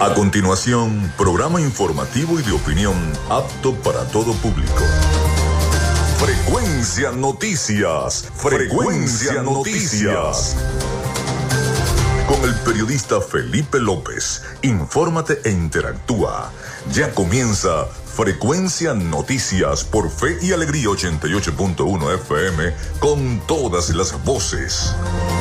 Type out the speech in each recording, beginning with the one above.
A continuación, programa informativo y de opinión apto para todo público. Frecuencia Noticias. Frecuencia Noticias. Con el periodista Felipe López. Infórmate e interactúa. Ya comienza Frecuencia Noticias por Fe y Alegría 88.1 FM con todas las voces.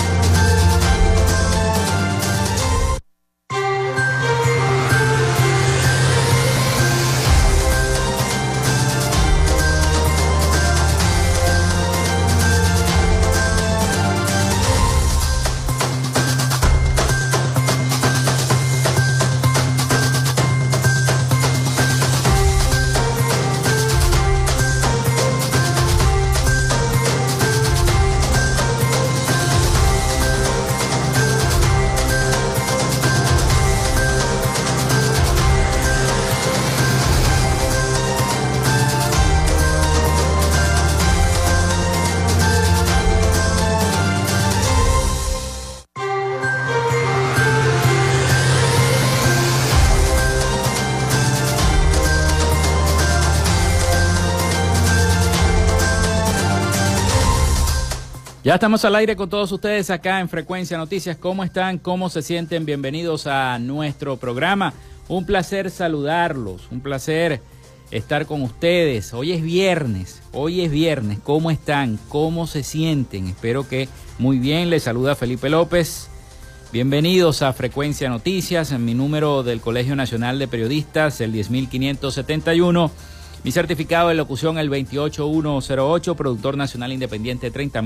Ya estamos al aire con todos ustedes acá en Frecuencia Noticias. ¿Cómo están? ¿Cómo se sienten? Bienvenidos a nuestro programa. Un placer saludarlos, un placer estar con ustedes. Hoy es viernes. ¿Cómo están? ¿Cómo se sienten? Espero que muy bien. Les saluda Felipe López. Bienvenidos a Frecuencia Noticias. En mi número del Colegio Nacional de Periodistas, el 10.571. Mi certificado de locución, el 28108, productor nacional independiente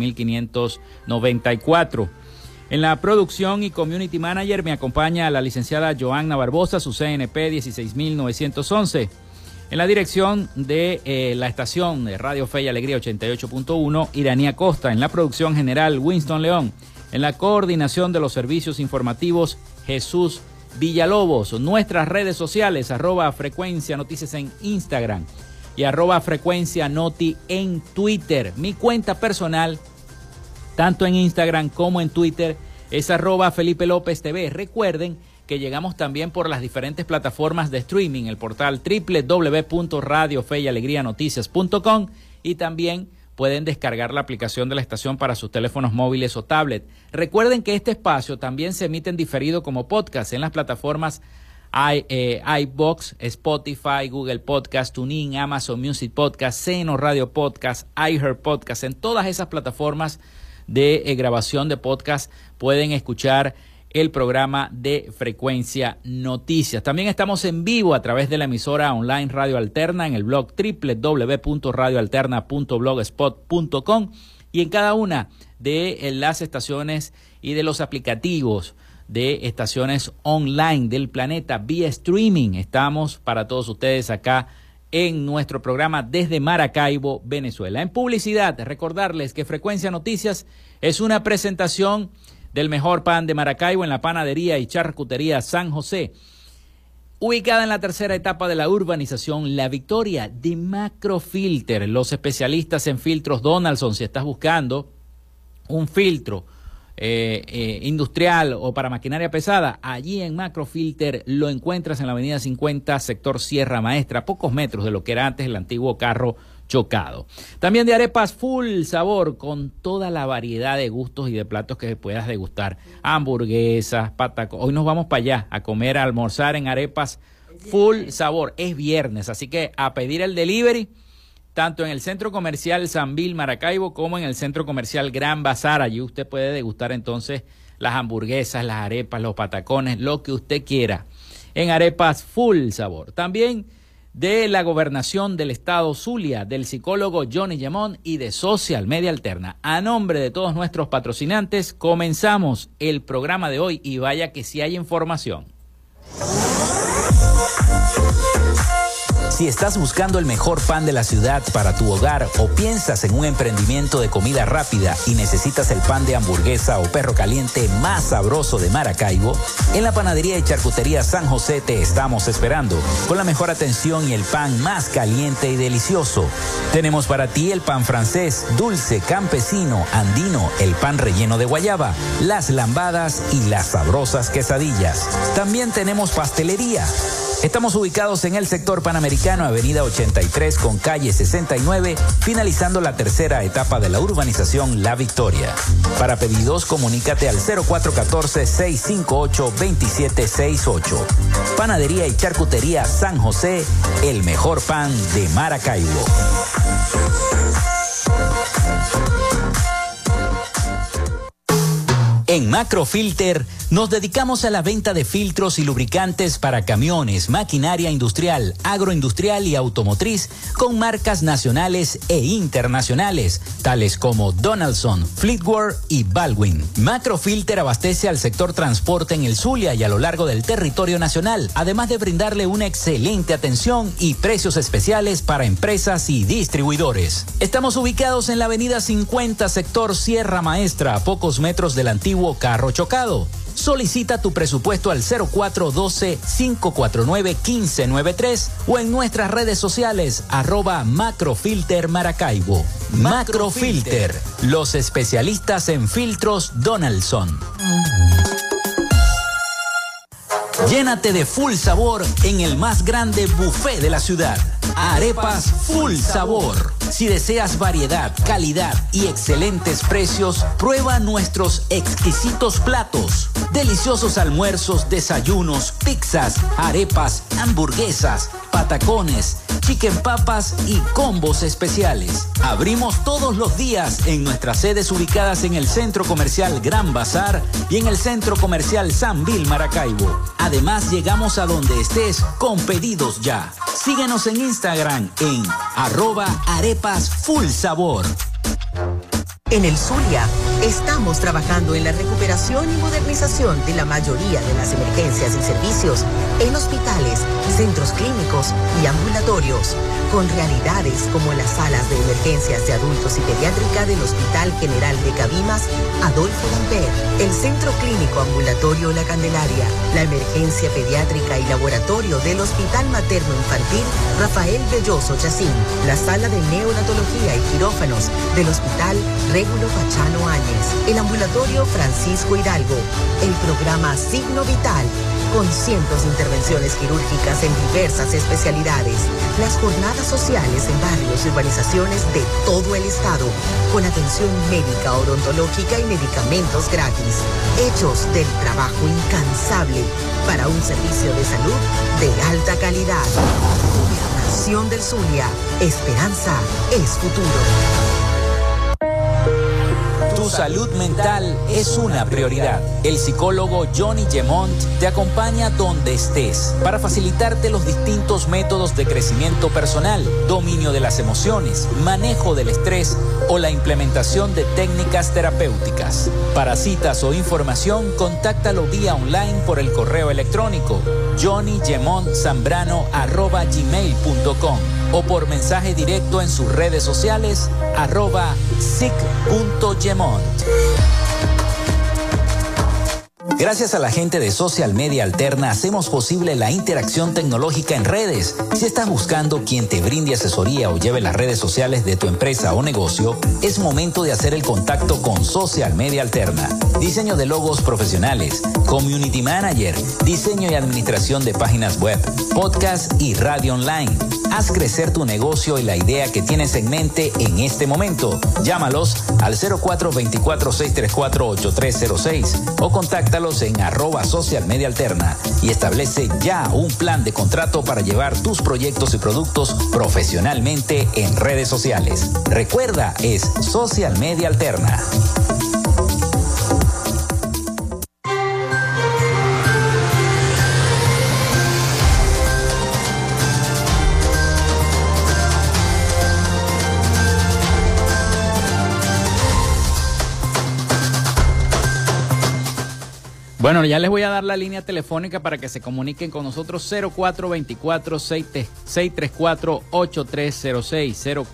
30.594. En la producción y community manager me acompaña la licenciada Joanna Barbosa, su CNP 16911. En la dirección de la estación de Radio Fe y Alegría 88.1, Iranía Costa. En la producción general, Winston León. En la coordinación de los servicios informativos, Jesús Villalobos. Nuestras redes sociales, @Frecuencia Noticias en Instagram y @Frecuencia Noti en Twitter. Mi cuenta personal, tanto en Instagram como en Twitter, es @Felipe López TV. Recuerden que llegamos también por las diferentes plataformas de streaming, el portal www.radiofeyalegrianoticias.com, y también pueden descargar la aplicación de la estación para sus teléfonos móviles o tablet. Recuerden que este espacio también se emite en diferido como podcast en las plataformas iVoox, Spotify, Google Podcast, TuneIn, Amazon Music Podcast, Seno Radio Podcast, iHeart Podcast. En todas esas plataformas de grabación de podcast pueden escuchar el programa de Frecuencia Noticias. También estamos en vivo a través de la emisora online Radio Alterna en el blog www.radioalterna.blogspot.com y en cada una de las estaciones y de los aplicativos de estaciones online del planeta vía streaming. Estamos para todos ustedes acá en nuestro programa desde Maracaibo, Venezuela. En publicidad, recordarles que Frecuencia Noticias es una presentación del mejor pan de Maracaibo en la panadería y charcutería San José, ubicada en la tercera etapa de la urbanización La Victoria, de Macrofilter, los especialistas en filtros Donaldson. Si estás buscando un filtro industrial o para maquinaria pesada, allí en Macrofilter lo encuentras en la avenida 50, sector Sierra Maestra, a pocos metros de lo que era antes el antiguo carro chocado. También de arepas Full Sabor, con toda la variedad de gustos y de platos que puedas degustar. Hamburguesas, patacos. Hoy nos vamos para allá a comer, a almorzar en arepas Full Sabor. Es viernes, así que a pedir el delivery, tanto en el Centro Comercial Sanvil Maracaibo como en el Centro Comercial Gran Bazar. Allí usted puede degustar entonces las hamburguesas, las arepas, los patacones, lo que usted quiera, en arepas Full Sabor. También de la Gobernación del Estado Zulia, del psicólogo Johnny Yamón y de Social Media Alterna. A nombre de todos nuestros patrocinantes, comenzamos el programa de hoy y vaya que sí hay información. Si estás buscando el mejor pan de la ciudad para tu hogar o piensas en un emprendimiento de comida rápida y necesitas el pan de hamburguesa o perro caliente más sabroso de Maracaibo, en la Panadería y Charcutería San José te estamos esperando, con la mejor atención y el pan más caliente y delicioso. Tenemos para ti el pan francés, dulce, campesino, andino, el pan relleno de guayaba, las lambadas y las sabrosas quesadillas. También tenemos pastelería. Estamos ubicados en el sector Panamericano, avenida 83 con calle 69, finalizando la tercera etapa de la urbanización La Victoria. Para pedidos, comunícate al 0414-658-2768. Panadería y Charcutería San José, el mejor pan de Maracaibo. En Macrofilter nos dedicamos a la venta de filtros y lubricantes para camiones, maquinaria industrial, agroindustrial y automotriz con marcas nacionales e internacionales, tales como Donaldson, Fleetwood y Baldwin. Macrofilter abastece al sector transporte en el Zulia y a lo largo del territorio nacional, además de brindarle una excelente atención y precios especiales para empresas y distribuidores. Estamos ubicados en la avenida 50, sector Sierra Maestra, a pocos metros del antiguo carro chocado. Solicita tu presupuesto al 0412-549-1593 o en nuestras redes sociales @Macrofilter Maracaibo. Macrofilter, los especialistas en filtros Donaldson. Llénate de full sabor en el más grande buffet de la ciudad. Arepas Full Sabor. Si deseas variedad, calidad y excelentes precios, prueba nuestros exquisitos platos. Deliciosos almuerzos, desayunos, pizzas, arepas, hamburguesas, patacones, chicken papas y combos especiales. Abrimos todos los días en nuestras sedes ubicadas en el Centro Comercial Gran Bazar y en el Centro Comercial San Vil Maracaibo. Además, llegamos a donde estés con pedidos ya. Síguenos en Instagram en @arepasfullsabor. En el Zulia, estamos trabajando en la recuperación y modernización de la mayoría de las emergencias y servicios en hospitales, centros clínicos y ambulatorios, con realidades como las salas de emergencias de adultos y pediátrica del Hospital General de Cabimas, Adolfo Lambert, el Centro Clínico Ambulatorio La Candelaria, la emergencia pediátrica y laboratorio del Hospital Materno Infantil Rafael Belloso Chacín, la sala de neonatología y quirófanos del Hospital Régulo Pachano Áñez, el ambulatorio Francisco Hidalgo, el programa Signo Vital, con cientos de intervenciones quirúrgicas en diversas especialidades, las jornadas sociales en barrios y urbanizaciones de todo el estado, con atención médica, odontológica y medicamentos gratis, hechos del trabajo incansable para un servicio de salud de alta calidad. Gobernación del Zulia, esperanza es futuro. Tu salud mental es una prioridad. El psicólogo Johnny Gemont te acompaña donde estés para facilitarte los distintos métodos de crecimiento personal, dominio de las emociones, manejo del estrés o la implementación de técnicas terapéuticas. Para citas o información, contáctalo vía online por el correo electrónico johnnygemontzambrano@gmail.com o por mensaje directo en sus redes sociales @sic.gemont. Gracias a la gente de Social Media Alterna hacemos posible la interacción tecnológica en redes. Si estás buscando quien te brinde asesoría o lleve las redes sociales de tu empresa o negocio, es momento de hacer el contacto con Social Media Alterna. Diseño de logos profesionales, community manager, diseño y administración de páginas web, podcast y radio online. Haz crecer tu negocio y la idea que tienes en mente en este momento. Llámalos al 0424-634-8306 o contáctalos en @socialmediaalterna y establece ya un plan de contrato para llevar tus proyectos y productos profesionalmente en redes sociales. Recuerda, es Social Media Alterna. Bueno, ya les voy a dar la línea telefónica para que se comuniquen con nosotros, 0424-634-8306,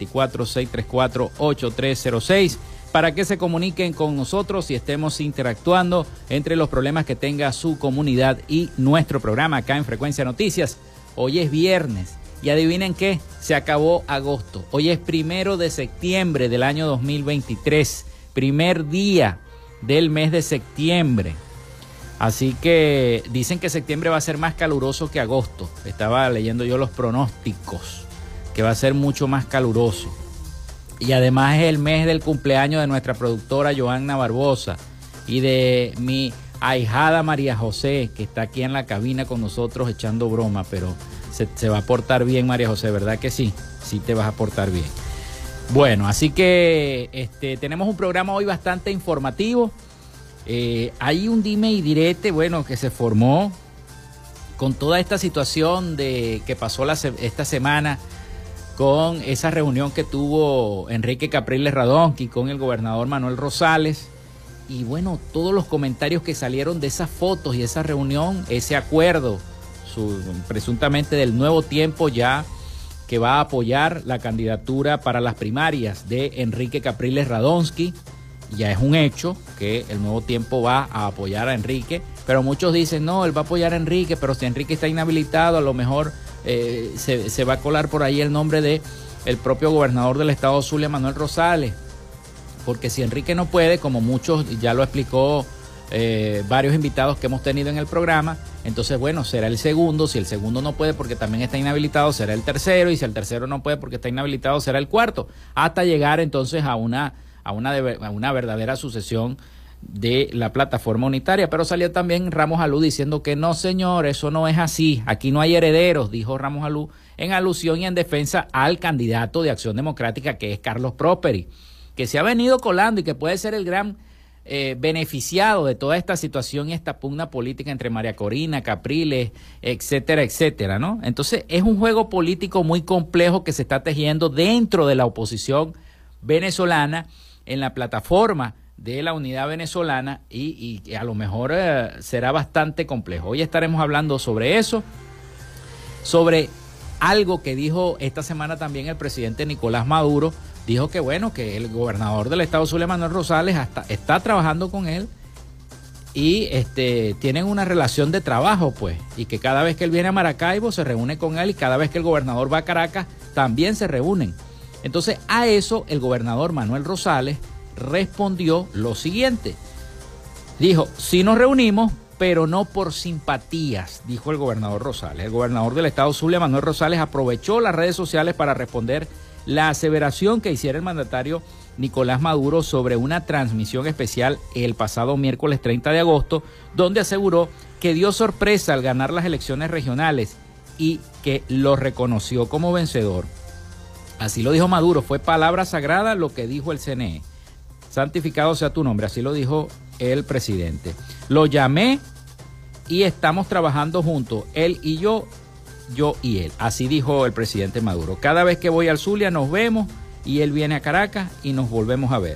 0424-634-8306, para que se comuniquen con nosotros y estemos interactuando entre los problemas que tenga su comunidad y nuestro programa acá en Frecuencia Noticias. Hoy es viernes y adivinen qué, se acabó agosto. Hoy es 1 de septiembre del año 2023, primer día del mes de septiembre. Así que dicen que septiembre va a ser más caluroso que agosto. Estaba leyendo yo los pronósticos, que va a ser mucho más caluroso. Y además es el mes del cumpleaños de nuestra productora Joanna Barbosa y de mi ahijada María José, que está aquí en la cabina con nosotros echando broma, pero se va a portar bien, María José, ¿verdad que sí? Sí te vas a portar bien. Bueno, así que tenemos un programa hoy bastante informativo. Hay un dime y direte, bueno, que se formó con toda esta situación que pasó esta semana con esa reunión que tuvo Enrique Capriles Radonsky con el gobernador Manuel Rosales. Y bueno, todos los comentarios que salieron de esas fotos y esa reunión, ese acuerdo, presuntamente del Nuevo Tiempo ya, que va a apoyar la candidatura para las primarias de Enrique Capriles Radonsky. Ya es un hecho que el Nuevo Tiempo va a apoyar a Enrique, pero muchos dicen, no, él va a apoyar a Enrique, pero si Enrique está inhabilitado, a lo mejor se va a colar por ahí el nombre de el propio gobernador del estado Zulia, Manuel Rosales, porque si Enrique no puede, como muchos, ya lo explicó varios invitados que hemos tenido en el programa, entonces bueno, será el segundo. Si el segundo no puede porque también está inhabilitado, será el tercero, y si el tercero no puede porque está inhabilitado, será el cuarto, hasta llegar entonces a una verdadera sucesión de la plataforma unitaria. Pero salió también Ramos Alú diciendo que no, señor, eso no es así, aquí no hay herederos, dijo Ramos Alú, en alusión y en defensa al candidato de Acción Democrática, que es Carlos Prosperi, que se ha venido colando y que puede ser el gran beneficiado de toda esta situación y esta pugna política entre María Corina, Capriles, etcétera, etcétera, ¿no? Entonces es un juego político muy complejo que se está tejiendo dentro de la oposición venezolana, en la plataforma de la unidad venezolana, y a lo mejor será bastante complejo. Hoy estaremos hablando sobre eso, sobre algo que dijo esta semana también el presidente Nicolás Maduro. Dijo que bueno, que el gobernador del estado Zulia, Manuel Rosales, está trabajando con él y tienen una relación de trabajo, pues, y que cada vez que él viene a Maracaibo se reúne con él, y cada vez que el gobernador va a Caracas también se reúnen. Entonces a eso el gobernador Manuel Rosales respondió lo siguiente. Dijo, sí nos reunimos, pero no por simpatías, dijo el gobernador Rosales. El gobernador del estado Zulia, Manuel Rosales, aprovechó las redes sociales para responder la aseveración que hiciera el mandatario Nicolás Maduro sobre una transmisión especial el pasado miércoles 30 de agosto, donde aseguró que dio sorpresa al ganar las elecciones regionales y que lo reconoció como vencedor. Así lo dijo Maduro, fue palabra sagrada lo que dijo el CNE. Santificado sea tu nombre, así lo dijo el presidente. Lo llamé y estamos trabajando juntos, él y yo y él. Así dijo el presidente Maduro. Cada vez que voy al Zulia nos vemos y él viene a Caracas y nos volvemos a ver.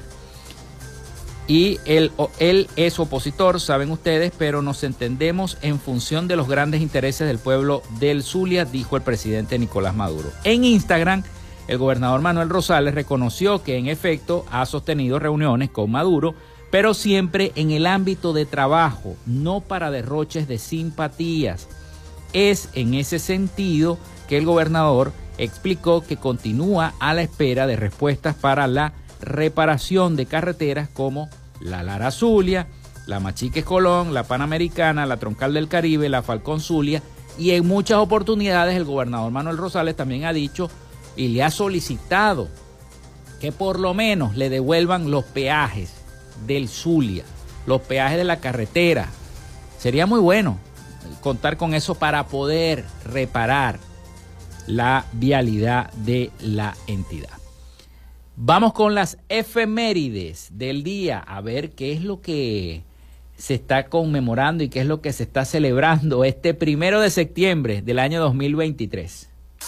Y él es opositor, saben ustedes, pero nos entendemos en función de los grandes intereses del pueblo del Zulia, dijo el presidente Nicolás Maduro. En Instagram, el gobernador Manuel Rosales reconoció que en efecto ha sostenido reuniones con Maduro, pero siempre en el ámbito de trabajo, no para derroches de simpatías. Es en ese sentido que el gobernador explicó que continúa a la espera de respuestas para la reparación de carreteras como la Lara Zulia, la Machiques Colón, la Panamericana, la Troncal del Caribe, la Falcón Zulia, y en muchas oportunidades el gobernador Manuel Rosales también ha dicho y le ha solicitado que por lo menos le devuelvan los peajes del Zulia, los peajes de la carretera. Sería muy bueno contar con eso para poder reparar la vialidad de la entidad. Vamos con las efemérides del día, a ver qué es lo que se está conmemorando y qué es lo que se está celebrando este 1 de septiembre del año 2023.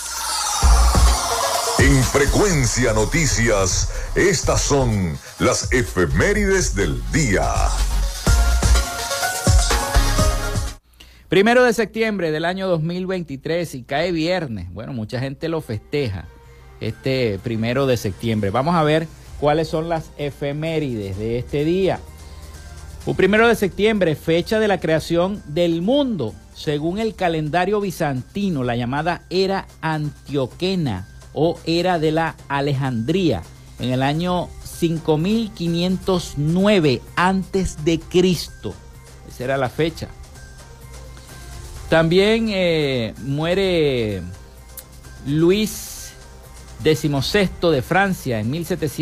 En Frecuencia Noticias, estas son las efemérides del día. 1 de septiembre del año 2023 y cae viernes. Bueno, mucha gente lo festeja este 1 de septiembre. Vamos a ver cuáles son las efemérides de este día. Un 1 de septiembre, fecha de la creación del mundo, según el calendario bizantino, la llamada Era Antioquena o Era de la Alejandría, en el año 5509 antes de Cristo. Esa era la fecha. También muere Luis XVI de Francia en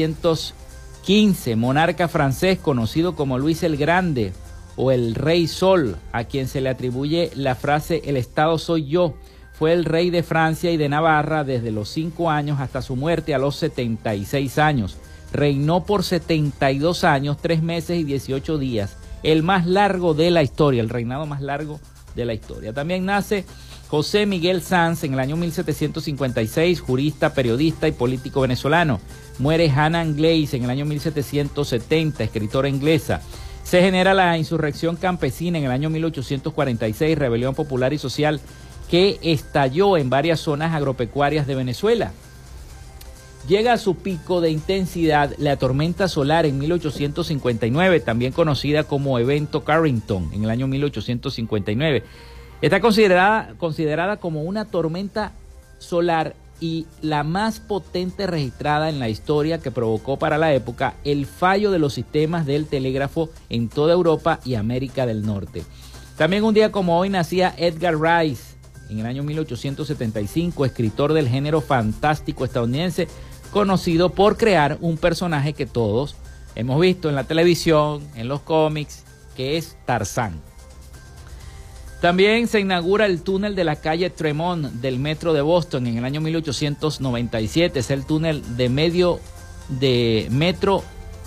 1715, monarca francés conocido como Luis el Grande o el Rey Sol, a quien se le atribuye la frase "el Estado soy yo". Fue el rey de Francia y de Navarra desde los 5 años hasta su muerte a los 76 años. Reinó por 72 años, 3 meses y 18 días, el más largo de la historia, el reinado más largo de la historia. También nace José Miguel Sanz en el año 1756, jurista, periodista y político venezolano. Muere Hannah Glaze en el año 1770, escritora inglesa. Se genera la insurrección campesina en el año 1846, rebelión popular y social que estalló en varias zonas agropecuarias de Venezuela. Llega a su pico de intensidad la tormenta solar en 1859, también conocida como evento Carrington, en el año 1859. Está considerada como una tormenta solar y la más potente registrada en la historia, que provocó para la época el fallo de los sistemas del telégrafo en toda Europa y América del Norte. También un día como hoy nacía Edgar Rice, en el año 1875, escritor del género fantástico estadounidense, conocido por crear un personaje que todos hemos visto en la televisión, en los cómics, que es Tarzán. También se inaugura el túnel de la calle Tremont del metro de Boston en el año 1897. Es el túnel del metro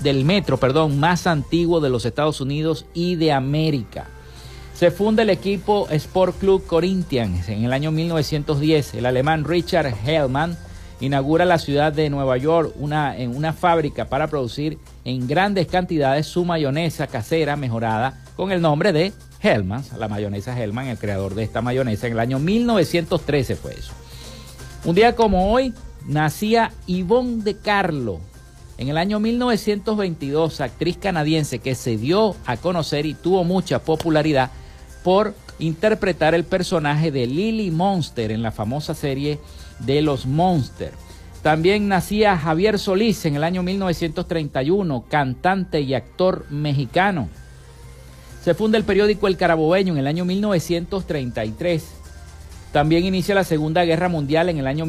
más antiguo de los Estados Unidos y de América. Se funda el equipo Sport Club Corinthians en el año 1910. El alemán Richard Hellman inaugura la ciudad de Nueva York en una fábrica para producir en grandes cantidades su mayonesa casera mejorada con el nombre de Hellmann's, la mayonesa Hellman, el creador de esta mayonesa. En el año 1913 fue eso. Un día como hoy nacía Yvonne de Carlo. En el año 1922, actriz canadiense que se dio a conocer y tuvo mucha popularidad por interpretar el personaje de Lily Monster en la famosa serie de los Monster. También nacía Javier Solís en el año 1931, cantante y actor mexicano. Se funda el periódico El Carabobeño en el año 1933. También inicia la Segunda Guerra Mundial en el año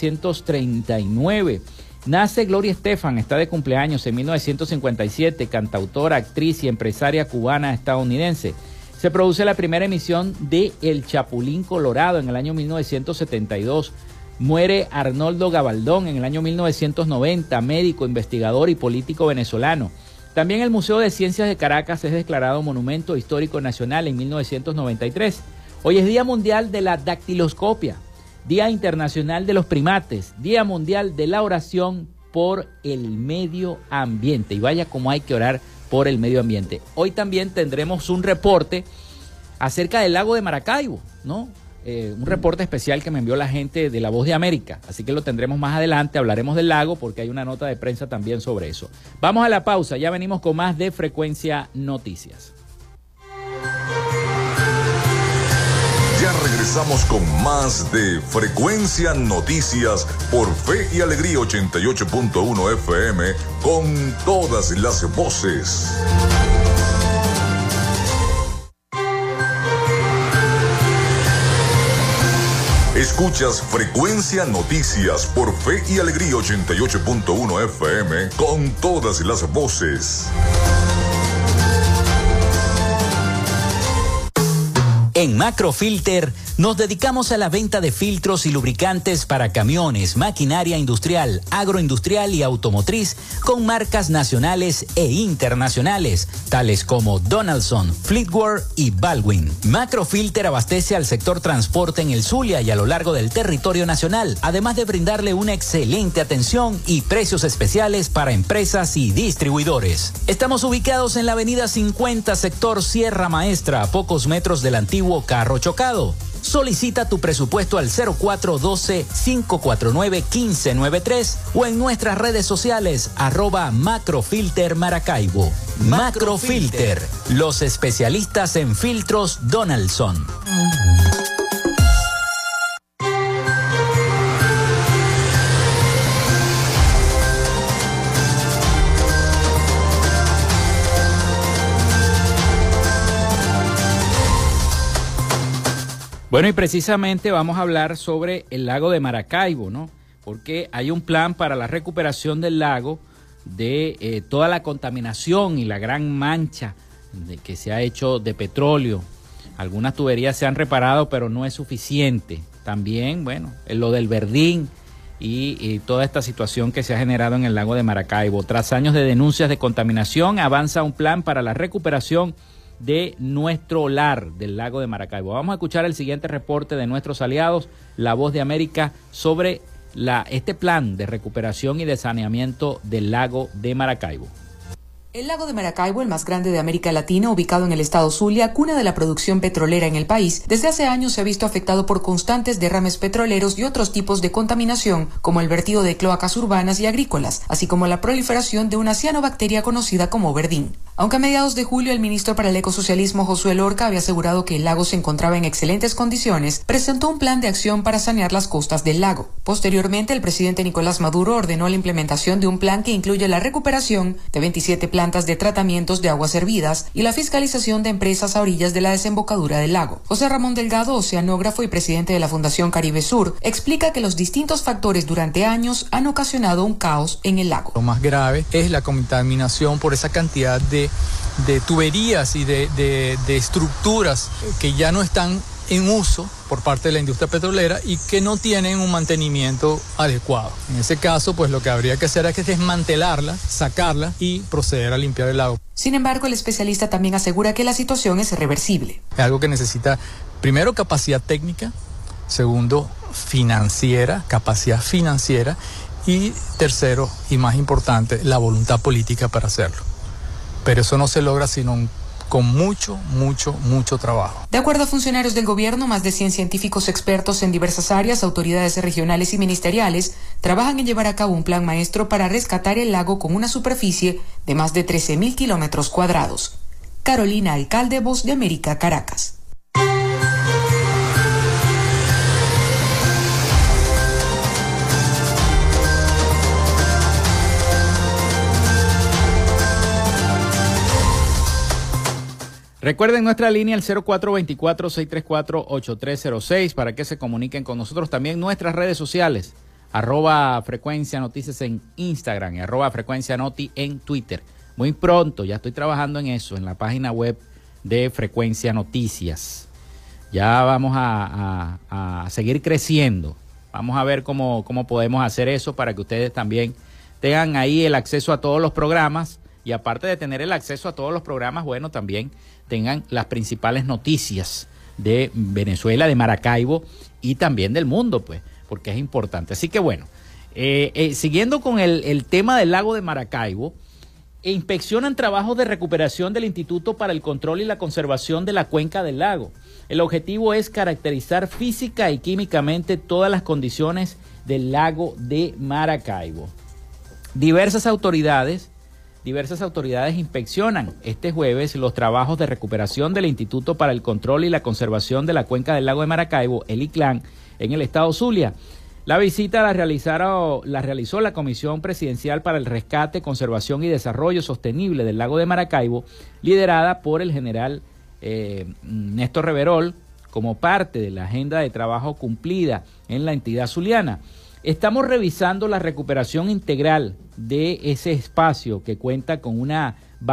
1939. Nace Gloria Estefan, está de cumpleaños en 1957, cantautora, actriz y empresaria cubana estadounidense. Se produce la primera emisión de El Chapulín Colorado en el año 1972. Muere Arnoldo Gabaldón en el año 1990, médico, investigador y político venezolano. También el Museo de Ciencias de Caracas es declarado Monumento Histórico Nacional en 1993. Hoy es Día Mundial de la Dactiloscopia, Día Internacional de los Primates, Día Mundial de la Oración por el Medio Ambiente. Y vaya como hay que orar por el medio ambiente. Hoy también tendremos un reporte acerca del lago de Maracaibo, ¿no? Un reporte especial que me envió la gente de La Voz de América, así que lo tendremos más adelante. Hablaremos del lago porque hay una nota de prensa también sobre eso. Vamos a la pausa, ya venimos con más de Frecuencia Noticias. Ya regresamos con más de Frecuencia Noticias por Fe y Alegría 88.1 FM con todas las voces. Escuchas Frecuencia Noticias por Fe y Alegría 88.1 FM con todas las voces. En Macrofilter nos dedicamos a la venta de filtros y lubricantes para camiones, maquinaria industrial, agroindustrial y automotriz con marcas nacionales e internacionales, tales como Donaldson, Fleetwood y Baldwin. Macrofilter abastece al sector transporte en el Zulia y a lo largo del territorio nacional, además de brindarle una excelente atención y precios especiales para empresas y distribuidores. Estamos ubicados en la avenida 50, sector Sierra Maestra, a pocos metros del antiguo antiguo carro chocado. Solicita tu presupuesto al 0412-549-1593 o en nuestras redes sociales @Macrofilter Maracaibo. Macrofilter, los especialistas en filtros Donaldson. Bueno, y precisamente vamos a hablar sobre el lago de Maracaibo, ¿no? Porque hay un plan para la recuperación del lago de toda la contaminación y la gran mancha que se ha hecho de petróleo. Algunas tuberías se han reparado, pero no es suficiente. También, bueno, lo del verdín y toda esta situación que se ha generado en el lago de Maracaibo. Tras años de denuncias de contaminación, avanza un plan para la recuperación de nuestro lar del lago de Maracaibo. Vamos a escuchar el siguiente reporte de nuestros aliados, La Voz de América, sobre este plan de recuperación y de saneamiento del lago de Maracaibo. El lago de Maracaibo, el más grande de América Latina, ubicado en el estado Zulia, cuna de la producción petrolera en el país, desde hace años se ha visto afectado por constantes derrames petroleros y otros tipos de contaminación, como el vertido de cloacas urbanas y agrícolas, así como la proliferación de una cianobacteria conocida como verdín. Aunque a mediados de julio el ministro para el ecosocialismo Josué Lorca había asegurado que el lago se encontraba en excelentes condiciones, presentó un plan de acción para sanear las costas del lago. Posteriormente, el presidente Nicolás Maduro ordenó la implementación de un plan que incluye la recuperación de 27 plantas de tratamientos de aguas hervidas y la fiscalización de empresas a orillas de la desembocadura del lago. José Ramón Delgado, oceanógrafo y presidente de la Fundación Caribe Sur, explica que los distintos factores durante años han ocasionado un caos en el lago. Lo más grave es la contaminación por esa cantidad de tuberías y de estructuras que ya no están en uso por parte de la industria petrolera y que no tienen un mantenimiento adecuado. En ese caso, pues lo que habría que hacer es desmantelarlas, sacarlas y proceder a limpiar el lago. Sin embargo, el especialista también asegura que la situación es reversible. Es algo que necesita, primero, capacidad técnica, segundo, capacidad financiera y tercero, y más importante, la voluntad política para hacerlo. Pero eso no se logra sino con mucho trabajo. De acuerdo a funcionarios del gobierno, más de 100 científicos expertos en diversas áreas, autoridades regionales y ministeriales, trabajan en llevar a cabo un plan maestro para rescatar el lago con una superficie de más de 13.000 kilómetros cuadrados. Carolina Alcalde, Voz de América, Caracas. Recuerden nuestra línea el 0424-634-8306 para que se comuniquen con nosotros. También nuestras redes sociales, @Frecuencia Noticias en Instagram y @Frecuencia Noti en Twitter. Muy pronto, ya estoy trabajando en eso, en la página web de Frecuencia Noticias. Ya vamos a seguir creciendo. Vamos a ver cómo podemos hacer eso para que ustedes también tengan ahí el acceso a todos los programas. Y aparte de tener el acceso a todos los programas, bueno, también tengan las principales noticias de Venezuela, de Maracaibo y también del mundo, pues, porque es importante. Así que bueno, siguiendo con el tema del lago de Maracaibo, inspeccionan trabajos de recuperación del Instituto para el Control y la Conservación de la Cuenca del Lago. El objetivo es caracterizar física y químicamente todas las condiciones del lago de Maracaibo. Diversas autoridades inspeccionan este jueves los trabajos de recuperación del Instituto para el Control y la Conservación de la Cuenca del Lago de Maracaibo, el ICLAN, en el estado Zulia. La visita la realizó la Comisión Presidencial para el Rescate, Conservación y Desarrollo Sostenible del Lago de Maracaibo, liderada por el general Néstor Reverol, como parte de la agenda de trabajo cumplida en la entidad zuliana. Estamos revisando la recuperación integral de ese espacio que cuenta con una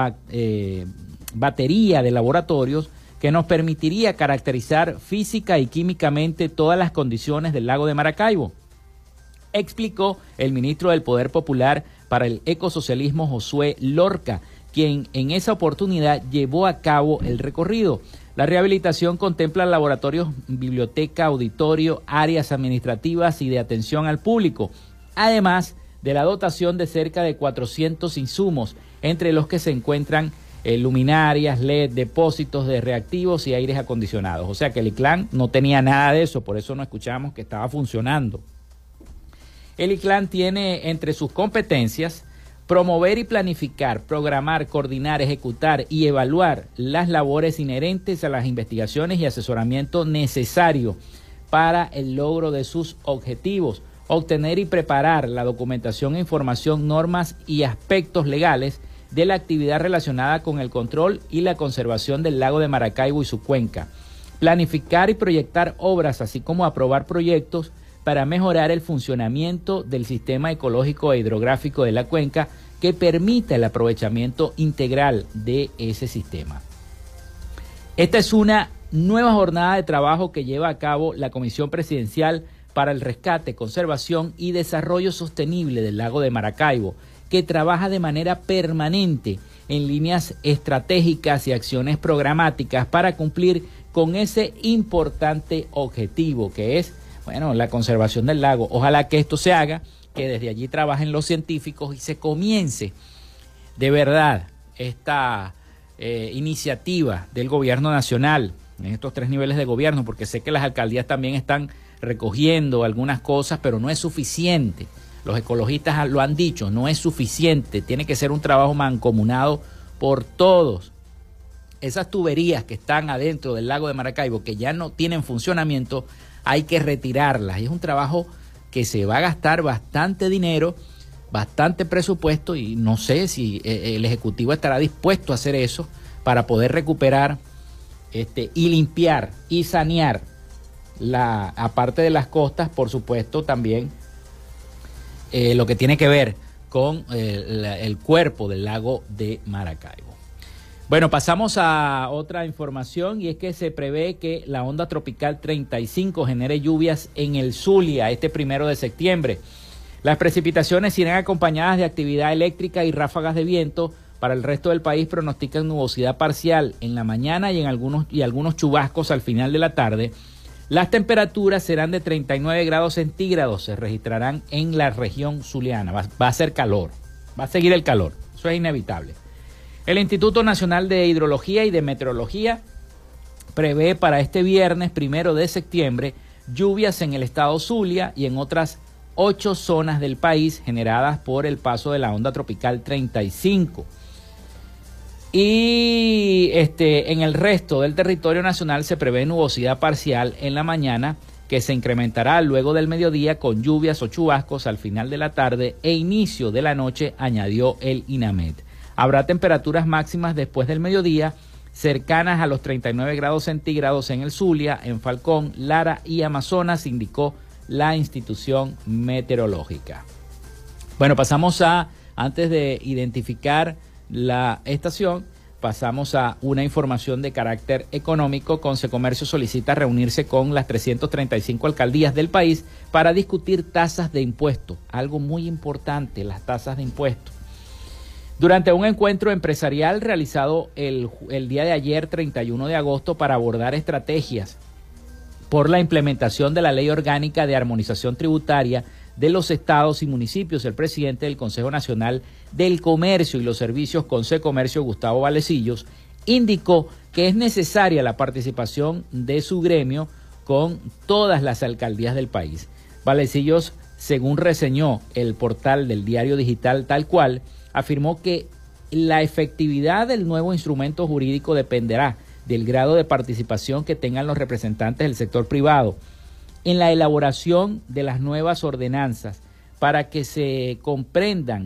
batería de laboratorios que nos permitiría caracterizar física y químicamente todas las condiciones del lago de Maracaibo, explicó el ministro del Poder Popular para el Ecosocialismo Josué Lorca, quien en esa oportunidad llevó a cabo el recorrido. La rehabilitación contempla laboratorios, biblioteca, auditorio, áreas administrativas y de atención al público, además de la dotación de cerca de 400 insumos, entre los que se encuentran luminarias, LED, depósitos de reactivos y aires acondicionados. O sea que el ICLAN no tenía nada de eso, por eso no escuchamos que estaba funcionando. El ICLAN tiene entre sus competencias promover y planificar, programar, coordinar, ejecutar y evaluar las labores inherentes a las investigaciones y asesoramiento necesario para el logro de sus objetivos, obtener y preparar la documentación e información, normas y aspectos legales de la actividad relacionada con el control y la conservación del lago de Maracaibo y su cuenca, planificar y proyectar obras, así como aprobar proyectos para mejorar el funcionamiento del sistema ecológico e hidrográfico de la cuenca que permita el aprovechamiento integral de ese sistema. Esta es una nueva jornada de trabajo que lleva a cabo la Comisión Presidencial para el Rescate, Conservación y Desarrollo Sostenible del lago de Maracaibo, que trabaja de manera permanente en líneas estratégicas y acciones programáticas para cumplir con ese importante objetivo que es, bueno, la conservación del lago. Ojalá que esto se haga, que desde allí trabajen los científicos y se comience de verdad esta iniciativa del gobierno nacional en estos 3 niveles de gobierno, porque sé que las alcaldías también están recogiendo algunas cosas, pero no es suficiente. Los ecologistas lo han dicho, no es suficiente, tiene que ser un trabajo mancomunado por todos. Esas tuberías que están adentro del lago de Maracaibo, que ya no tienen funcionamiento, hay que retirarlas. Y es un trabajo que se va a gastar bastante dinero, bastante presupuesto, y no sé si el Ejecutivo estará dispuesto a hacer eso para poder recuperar y limpiar y sanear aparte de las costas, por supuesto, también lo que tiene que ver con el cuerpo del lago de Maracaibo. Bueno, pasamos a otra información, y es que se prevé que la onda tropical 35 genere lluvias en el Zulia este 1 de septiembre. Las precipitaciones irán acompañadas de actividad eléctrica y ráfagas de viento. Para el resto del país pronostican nubosidad parcial en la mañana y algunos chubascos al final de la tarde. Las temperaturas serán de 39 grados centígrados, se registrarán en la región zuliana. Va a ser calor, va a seguir el calor, eso es inevitable. El Instituto Nacional de Hidrología y de Meteorología prevé para este viernes 1 de septiembre lluvias en el estado Zulia y en otras 8 zonas del país generadas por el paso de la onda tropical 35. Y en el resto del territorio nacional se prevé nubosidad parcial en la mañana, que se incrementará luego del mediodía con lluvias o chubascos al final de la tarde e inicio de la noche, añadió el INAMET. Habrá temperaturas máximas después del mediodía cercanas a los 39 grados centígrados en el Zulia, en Falcón, Lara y Amazonas, indicó la institución meteorológica. Bueno, antes de identificar la estación, pasamos a una información de carácter económico. Concecomercio solicita reunirse con las 335 alcaldías del país para discutir tasas de impuesto. Algo muy importante, las tasas de impuesto. Durante un encuentro empresarial realizado el día de ayer, 31 de agosto, para abordar estrategias por la implementación de la Ley Orgánica de Armonización Tributaria de los estados y municipios, el presidente del Consejo Nacional del Comercio y los Servicios, Concecomercio, Gustavo Valecillos, indicó que es necesaria la participación de su gremio con todas las alcaldías del país. Valecillos, según reseñó el portal del diario digital Tal Cual, afirmó que la efectividad del nuevo instrumento jurídico dependerá del grado de participación que tengan los representantes del sector privado en la elaboración de las nuevas ordenanzas para que emprendan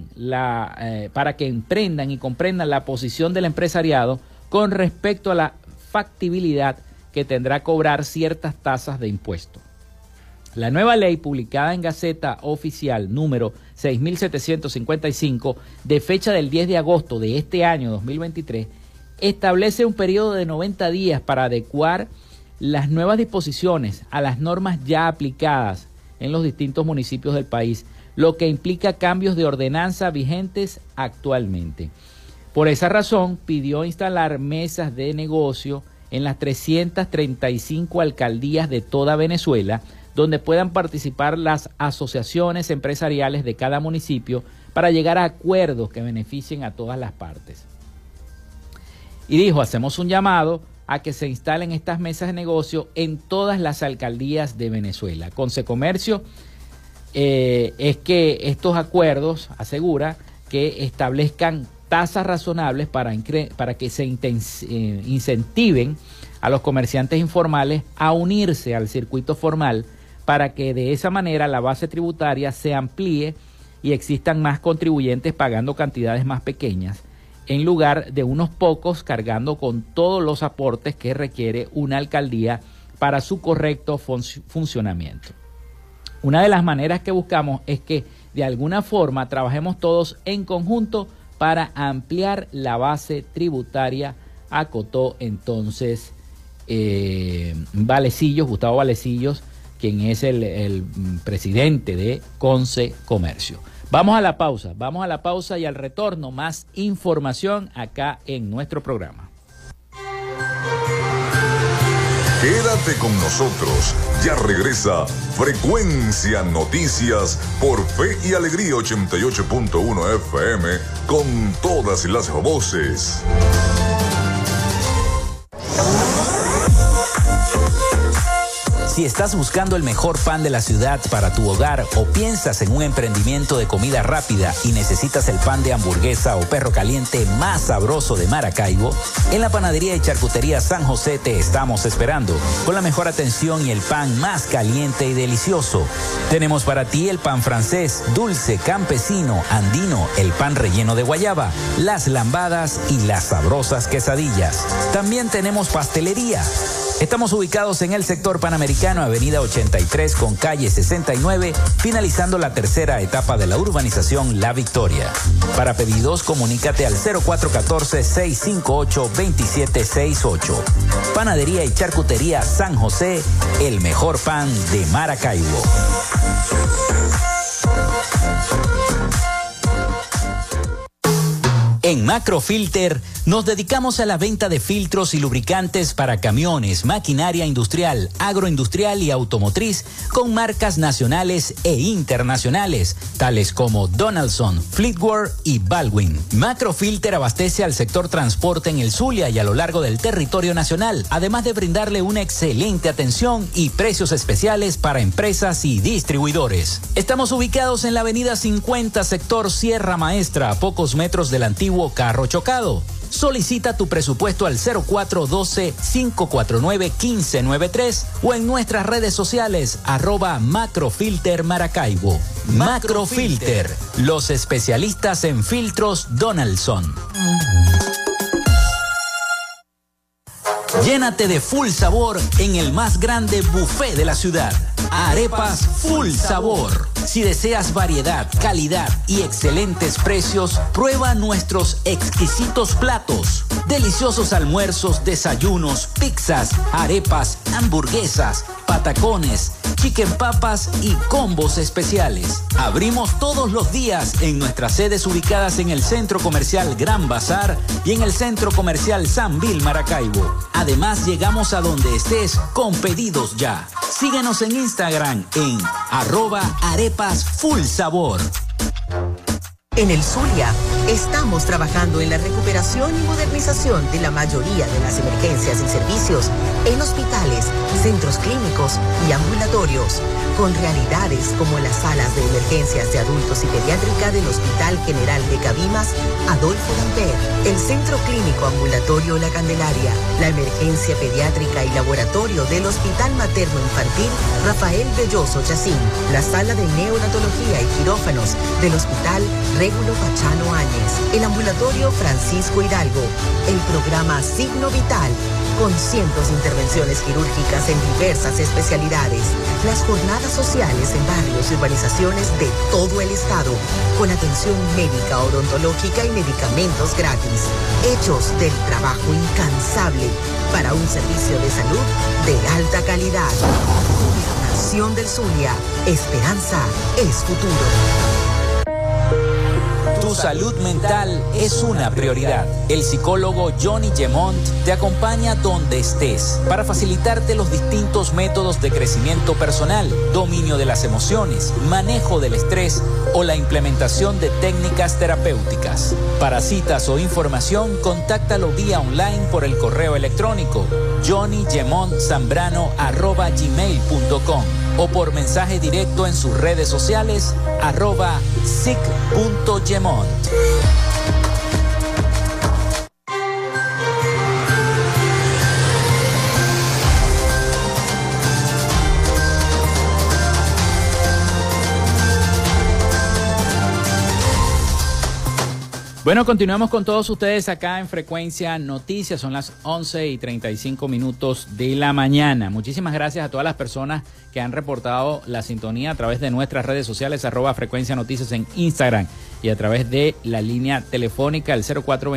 y comprendan la posición del empresariado con respecto a la factibilidad que tendrá cobrar ciertas tasas de impuesto. La nueva ley, publicada en Gaceta Oficial número 6.755, de fecha del 10 de agosto de este año 2023, establece un periodo de 90 días para adecuar las nuevas disposiciones a las normas ya aplicadas en los distintos municipios del país, lo que implica cambios de ordenanza vigentes actualmente. Por esa razón, pidió instalar mesas de negocio en las 335 alcaldías de toda Venezuela, donde puedan participar las asociaciones empresariales de cada municipio para llegar a acuerdos que beneficien a todas las partes. Y dijo, hacemos un llamado a que se instalen estas mesas de negocio en todas las alcaldías de Venezuela. Concecomercio es que estos acuerdos, asegura, que establezcan tasas razonables para que se incentiven a los comerciantes informales a unirse al circuito formal, para que de esa manera la base tributaria se amplíe y existan más contribuyentes pagando cantidades más pequeñas, en lugar de unos pocos cargando con todos los aportes que requiere una alcaldía para su correcto funcionamiento. Una de las maneras que buscamos es que de alguna forma trabajemos todos en conjunto para ampliar la base tributaria, acotó entonces Gustavo Valecillos, quien es el presidente de Concecomercio. Vamos a la pausa y al retorno más información acá en nuestro programa. Quédate con nosotros, ya regresa Frecuencia Noticias por Fe y Alegría 88.1 FM con todas las voces. Si estás buscando el mejor pan de la ciudad para tu hogar o piensas en un emprendimiento de comida rápida y necesitas el pan de hamburguesa o perro caliente más sabroso de Maracaibo, en la Panadería y Charcutería San José te estamos esperando con la mejor atención y el pan más caliente y delicioso. Tenemos para ti el pan francés, dulce, campesino, andino, el pan relleno de guayaba, las lambadas y las sabrosas quesadillas. También tenemos pastelería. Estamos ubicados en el sector Panamericano, avenida 83 con calle 69, finalizando la tercera etapa de la urbanización La Victoria. Para pedidos, comunícate al 0414-658-2768. Panadería y Charcutería San José, el mejor pan de Maracaibo. En Macrofilter nos dedicamos a la venta de filtros y lubricantes para camiones, maquinaria industrial, agroindustrial y automotriz con marcas nacionales e internacionales, tales como Donaldson, Fleetwood y Baldwin. Macrofilter abastece al sector transporte en el Zulia y a lo largo del territorio nacional, además de brindarle una excelente atención y precios especiales para empresas y distribuidores. Estamos ubicados en la avenida 50, sector Sierra Maestra, a pocos metros del antiguo Carro Chocado. Solicita tu presupuesto al 0412-549-1593 o en nuestras redes sociales @Macrofilter Maracaibo. Macrofilter, los especialistas en filtros Donaldson. Llénate de full sabor en el más grande buffet de la ciudad. Arepas Full Sabor. Si deseas variedad, calidad y excelentes precios, prueba nuestros exquisitos platos. Deliciosos almuerzos, desayunos, pizzas, arepas, hamburguesas, patacones, chicken papas y combos especiales. Abrimos todos los días en nuestras sedes ubicadas en el Centro Comercial Gran Bazar y en el Centro Comercial San Vil Maracaibo. Además, llegamos a donde estés con pedidos ya. Síguenos en Instagram en @arepasfullsabor. En el Zulia, estamos trabajando en la recuperación y modernización de la mayoría de las emergencias y servicios en hospitales, centros clínicos y ambulatorios, con realidades como las salas de emergencias de adultos y pediátrica del Hospital General de Cabimas, Adolfo Lamper, el Centro Clínico Ambulatorio La Candelaria, la emergencia pediátrica y laboratorio del Hospital Materno Infantil Rafael Belloso Chacín, la sala de neonatología y quirófanos del Hospital Régulo Pachano Áñez, el ambulatorio Francisco Hidalgo, el programa Signo Vital, con cientos de intervenciones quirúrgicas en diversas especialidades, las jornadas sociales en barrios y urbanizaciones de todo el estado, con atención médica, odontológica y medicamentos gratis, hechos del trabajo incansable para un servicio de salud de alta calidad. Gobernación del Zulia, esperanza es futuro. Tu salud mental es una prioridad. El psicólogo Johnny Gemont te acompaña donde estés para facilitarte los distintos métodos de crecimiento personal, dominio de las emociones, manejo del estrés o la implementación de técnicas terapéuticas. Para citas o información, contáctalo vía online por el correo electrónico johnnygemontzambrano@gmail.com o por mensaje directo en sus redes sociales @sic.gemont. Bueno, continuamos con todos ustedes acá en Frecuencia Noticias. Son las 11:35 de la mañana. Muchísimas gracias a todas las personas que han reportado la sintonía a través de nuestras redes sociales, @Frecuencia Noticias en Instagram, y a través de la línea telefónica, el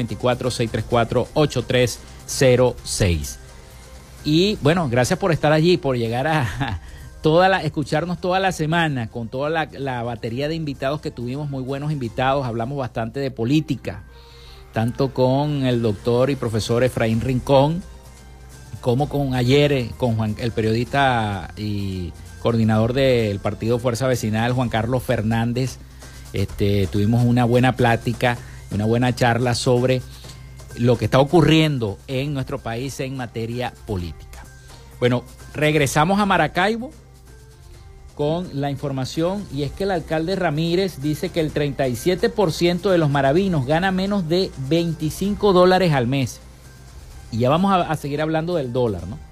0424-634-8306. Y bueno, gracias por estar allí, por llegar a escucharnos toda la semana con toda la batería de invitados que tuvimos, muy buenos invitados. Hablamos bastante de política, tanto con el doctor y profesor Efraín Rincón, como con ayer con el periodista y coordinador del partido Fuerza Vecinal, Juan Carlos Fernández. Tuvimos una buena plática, una buena charla sobre lo que está ocurriendo en nuestro país en materia política. Bueno, regresamos a Maracaibo con la información, y es que el alcalde Ramírez dice que el 37% de los maravinos gana menos de $25 al mes. Y ya vamos a seguir hablando del dólar, ¿no?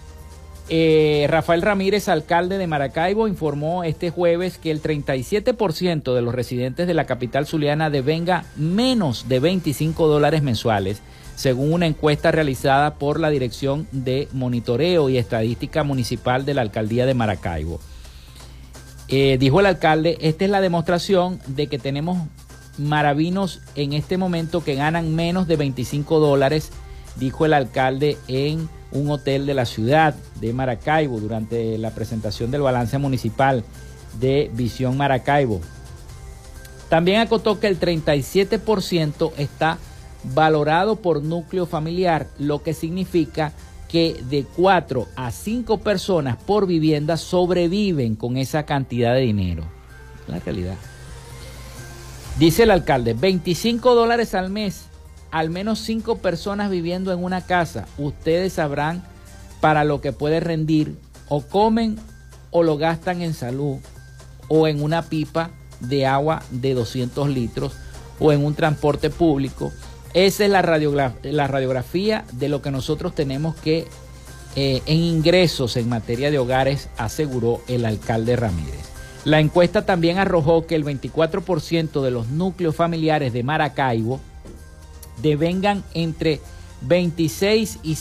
Rafael Ramírez, alcalde de Maracaibo, informó este jueves que el 37% de los residentes de la capital zuliana devenga menos de $25 mensuales, según una encuesta realizada por la Dirección de Monitoreo y Estadística Municipal de la Alcaldía de Maracaibo. Dijo el alcalde, esta es la demostración de que tenemos maravinos en este momento que ganan menos de $25, dijo el alcalde en un hotel de la ciudad de Maracaibo durante la presentación del balance municipal de Visión Maracaibo. También acotó que el 37% está valorado por núcleo familiar, lo que significa que de 4 a 5 personas por vivienda sobreviven con esa cantidad de dinero. La realidad. Dice el alcalde, $25 al mes, al menos 5 personas viviendo en una casa. Ustedes sabrán para lo que puede rendir, o comen o lo gastan en salud, o en una pipa de agua de 200 litros, o en un transporte público. Esa es la radiografía de lo que nosotros tenemos que en ingresos en materia de hogares, aseguró el alcalde Ramírez. La encuesta también arrojó que el 24% de los núcleos familiares de Maracaibo devengan entre 26 y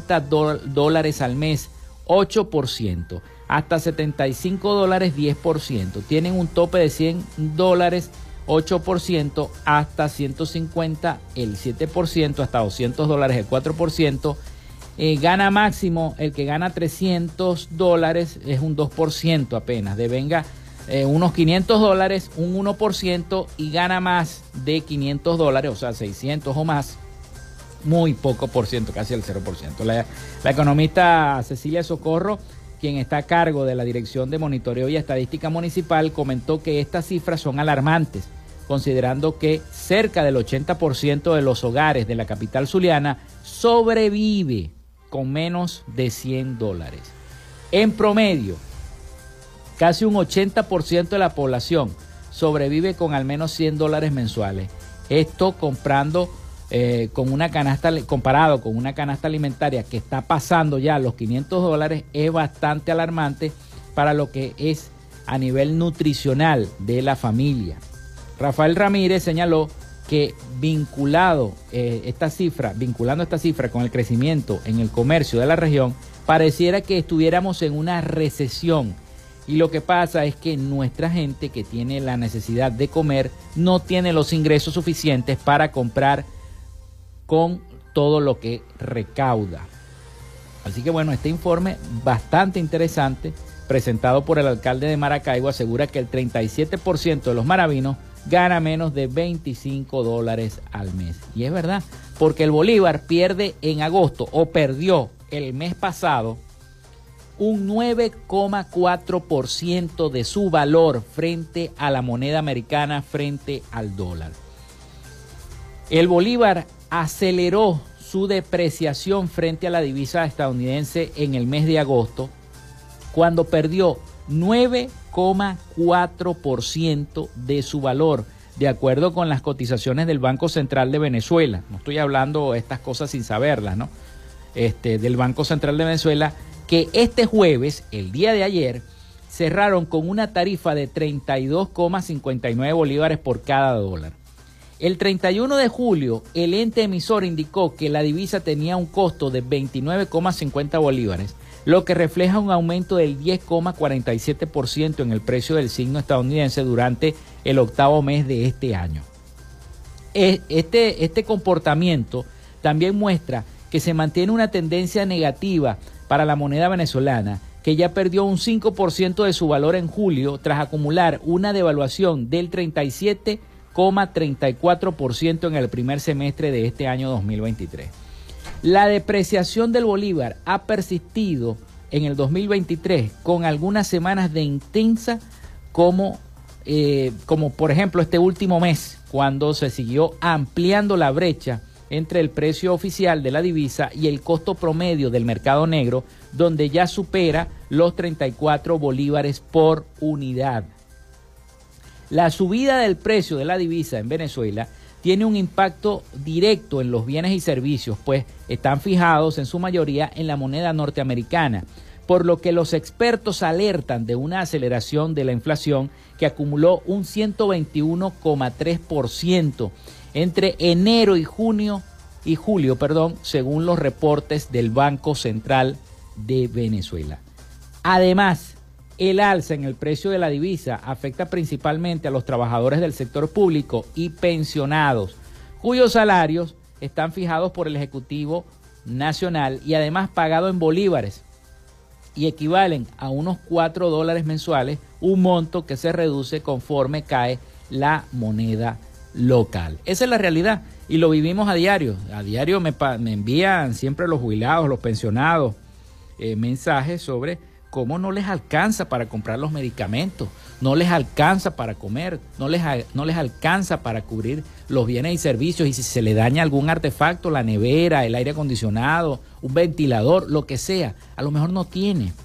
$50 al mes, 8%, hasta $75, 10%. Tienen un tope de $100, 8%, hasta 150, el 7%, hasta $200, el 4%. Gana máximo el que gana $300, es un 2% apenas. Devenga unos $500, un 1%, y gana más de $500, o sea, 600 o más, muy poco por ciento, casi el 0%. La economista Cecilia Socorro, quien está a cargo de la Dirección de Monitoreo y Estadística Municipal, comentó que estas cifras son alarmantes, considerando que cerca del 80% de los hogares de la capital zuliana sobrevive con menos de $100. En promedio, casi un 80% de la población sobrevive con al menos $100 mensuales. Esto comparado con una canasta alimentaria que está pasando ya los $500, es bastante alarmante para lo que es a nivel nutricional de la familia. Rafael Ramírez señaló que vinculando esta cifra con el crecimiento en el comercio de la región, pareciera que estuviéramos en una recesión. Y lo que pasa es que nuestra gente que tiene la necesidad de comer no tiene los ingresos suficientes para comprar con todo lo que recauda. Así que bueno, este informe bastante interesante presentado por el alcalde de Maracaibo asegura que el 37% de los maravinos gana menos de $25 al mes. Y es verdad, porque el bolívar pierde en agosto, o perdió el mes pasado, un 9,4% de su valor frente a la moneda americana, frente al dólar. El bolívar aceleró su depreciación frente a la divisa estadounidense en el mes de agosto, cuando perdió 9,4% de su valor, de acuerdo con las cotizaciones del Banco Central de Venezuela. No estoy hablando estas cosas sin saberlas, ¿no? Del Banco Central de Venezuela, que este jueves, el día de ayer, cerraron con una tarifa de 32,59 bolívares por cada dólar. El 31 de julio, el ente emisor indicó que la divisa tenía un costo de 29,50 bolívares, lo que refleja un aumento del 10,47% en el precio del signo estadounidense durante el octavo mes de este año. Este comportamiento también muestra que se mantiene una tendencia negativa para la moneda venezolana, que ya perdió un 5% de su valor en julio tras acumular una devaluación del 37,34% en el primer semestre de este año 2023. La depreciación del bolívar ha persistido en el 2023 con algunas semanas de intensa como por ejemplo este último mes, cuando se siguió ampliando la brecha entre el precio oficial de la divisa y el costo promedio del mercado negro, donde ya supera los 34 bolívares por unidad. La subida del precio de la divisa en Venezuela tiene un impacto directo en los bienes y servicios, pues están fijados en su mayoría en la moneda norteamericana, por lo que los expertos alertan de una aceleración de la inflación que acumuló un 121,3% entre enero y julio, según los reportes del Banco Central de Venezuela. Además, el alza en el precio de la divisa afecta principalmente a los trabajadores del sector público y pensionados, cuyos salarios están fijados por el Ejecutivo Nacional y además pagados en bolívares, y equivalen a unos $4 mensuales, un monto que se reduce conforme cae la moneda local. Esa es la realidad y lo vivimos a diario. A diario me envían siempre los jubilados, los pensionados, mensajes sobre cómo no les alcanza para comprar los medicamentos, no les alcanza para comer, no les alcanza para cubrir los bienes y servicios, y si se le daña algún artefacto, la nevera, el aire acondicionado, un ventilador, lo que sea, a lo mejor no tiene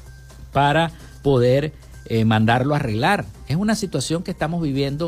para poder mandarlo a arreglar. Es una situación que estamos viviendo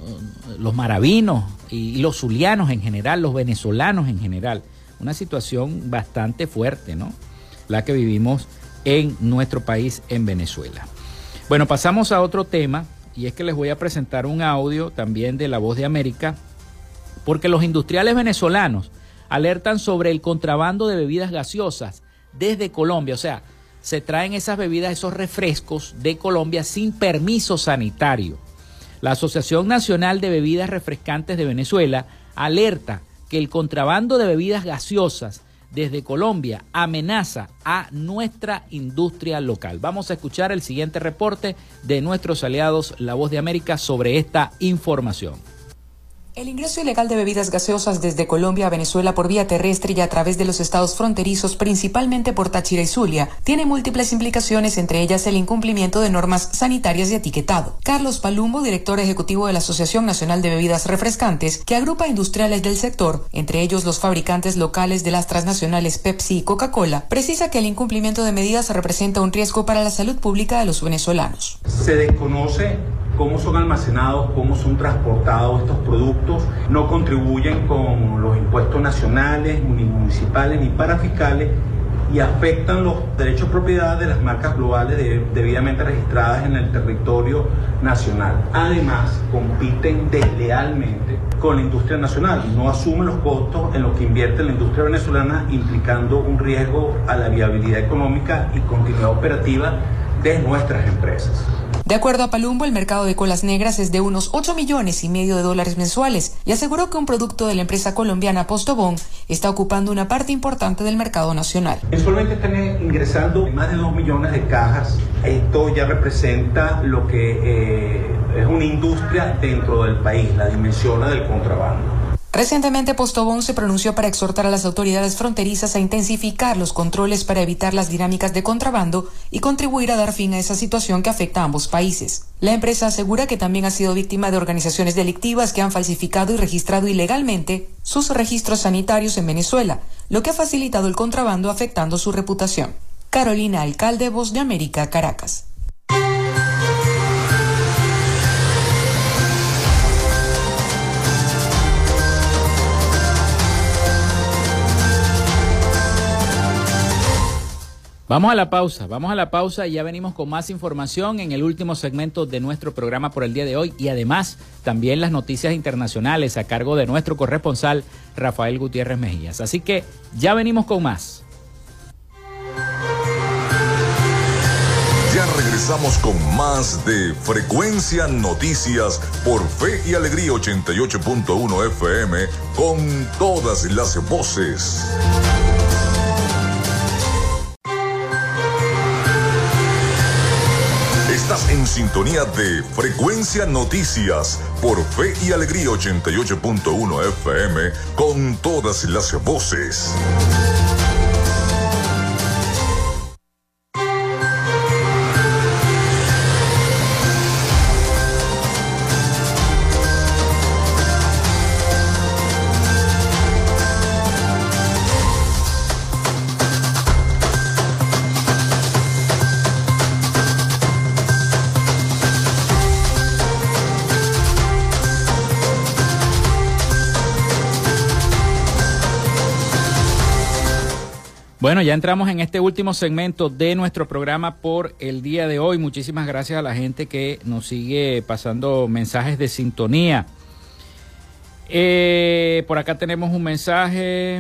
los maravinos y los zulianos en general, los venezolanos en general, una situación bastante fuerte, ¿no? La que vivimos en nuestro país, en Venezuela. Bueno, pasamos a otro tema, y es que les voy a presentar un audio también de La Voz de América, porque los industriales venezolanos alertan sobre el contrabando de bebidas gaseosas desde Colombia. O sea, se traen esas bebidas, esos refrescos de Colombia sin permiso sanitario. La Asociación Nacional de Bebidas Refrescantes de Venezuela alerta que el contrabando de bebidas gaseosas desde Colombia amenaza a nuestra industria local. Vamos a escuchar el siguiente reporte de nuestros aliados La Voz de América sobre esta información. El ingreso ilegal de bebidas gaseosas desde Colombia a Venezuela por vía terrestre y a través de los estados fronterizos, principalmente por Táchira y Zulia, tiene múltiples implicaciones, entre ellas el incumplimiento de normas sanitarias y etiquetado. Carlos Palumbo, director ejecutivo de la Asociación Nacional de Bebidas Refrescantes, que agrupa industriales del sector, entre ellos los fabricantes locales de las transnacionales Pepsi y Coca-Cola, precisa que el incumplimiento de medidas representa un riesgo para la salud pública de los venezolanos. Se desconoce cómo son almacenados, cómo son transportados estos productos, no contribuyen con los impuestos nacionales, ni municipales, ni parafiscales, y afectan los derechos de propiedad de las marcas globales debidamente registradas en el territorio nacional. Además, compiten deslealmente con la industria nacional, no asumen los costos en los que invierte la industria venezolana, implicando un riesgo a la viabilidad económica y continuidad operativa de nuestras empresas. De acuerdo a Palumbo, el mercado de colas negras es de unos $8,5 millones mensuales y aseguró que un producto de la empresa colombiana Postobón está ocupando una parte importante del mercado nacional. Mensualmente están ingresando más de 2 millones de cajas. Esto ya representa lo que es una industria dentro del país, la dimensiona del contrabando. Recientemente, Postobón se pronunció para exhortar a las autoridades fronterizas a intensificar los controles para evitar las dinámicas de contrabando y contribuir a dar fin a esa situación que afecta a ambos países. La empresa asegura que también ha sido víctima de organizaciones delictivas que han falsificado y registrado ilegalmente sus registros sanitarios en Venezuela, lo que ha facilitado el contrabando afectando su reputación. Carolina Alcalde, Voz de América, Caracas. Vamos a la pausa y ya venimos con más información en el último segmento de nuestro programa por el día de hoy y además también las noticias internacionales a cargo de nuestro corresponsal Rafael Gutiérrez Mejías. Así que ya venimos con más. Ya regresamos con más de Frecuencia Noticias por Fe y Alegría 88.1 FM con todas las voces. Estás en sintonía de Frecuencia Noticias por Fe y Alegría 88.1 FM con todas las voces. Bueno, ya entramos en este último segmento de nuestro programa por el día de hoy. Muchísimas gracias a la gente que nos sigue pasando mensajes de sintonía. Por acá tenemos un mensaje.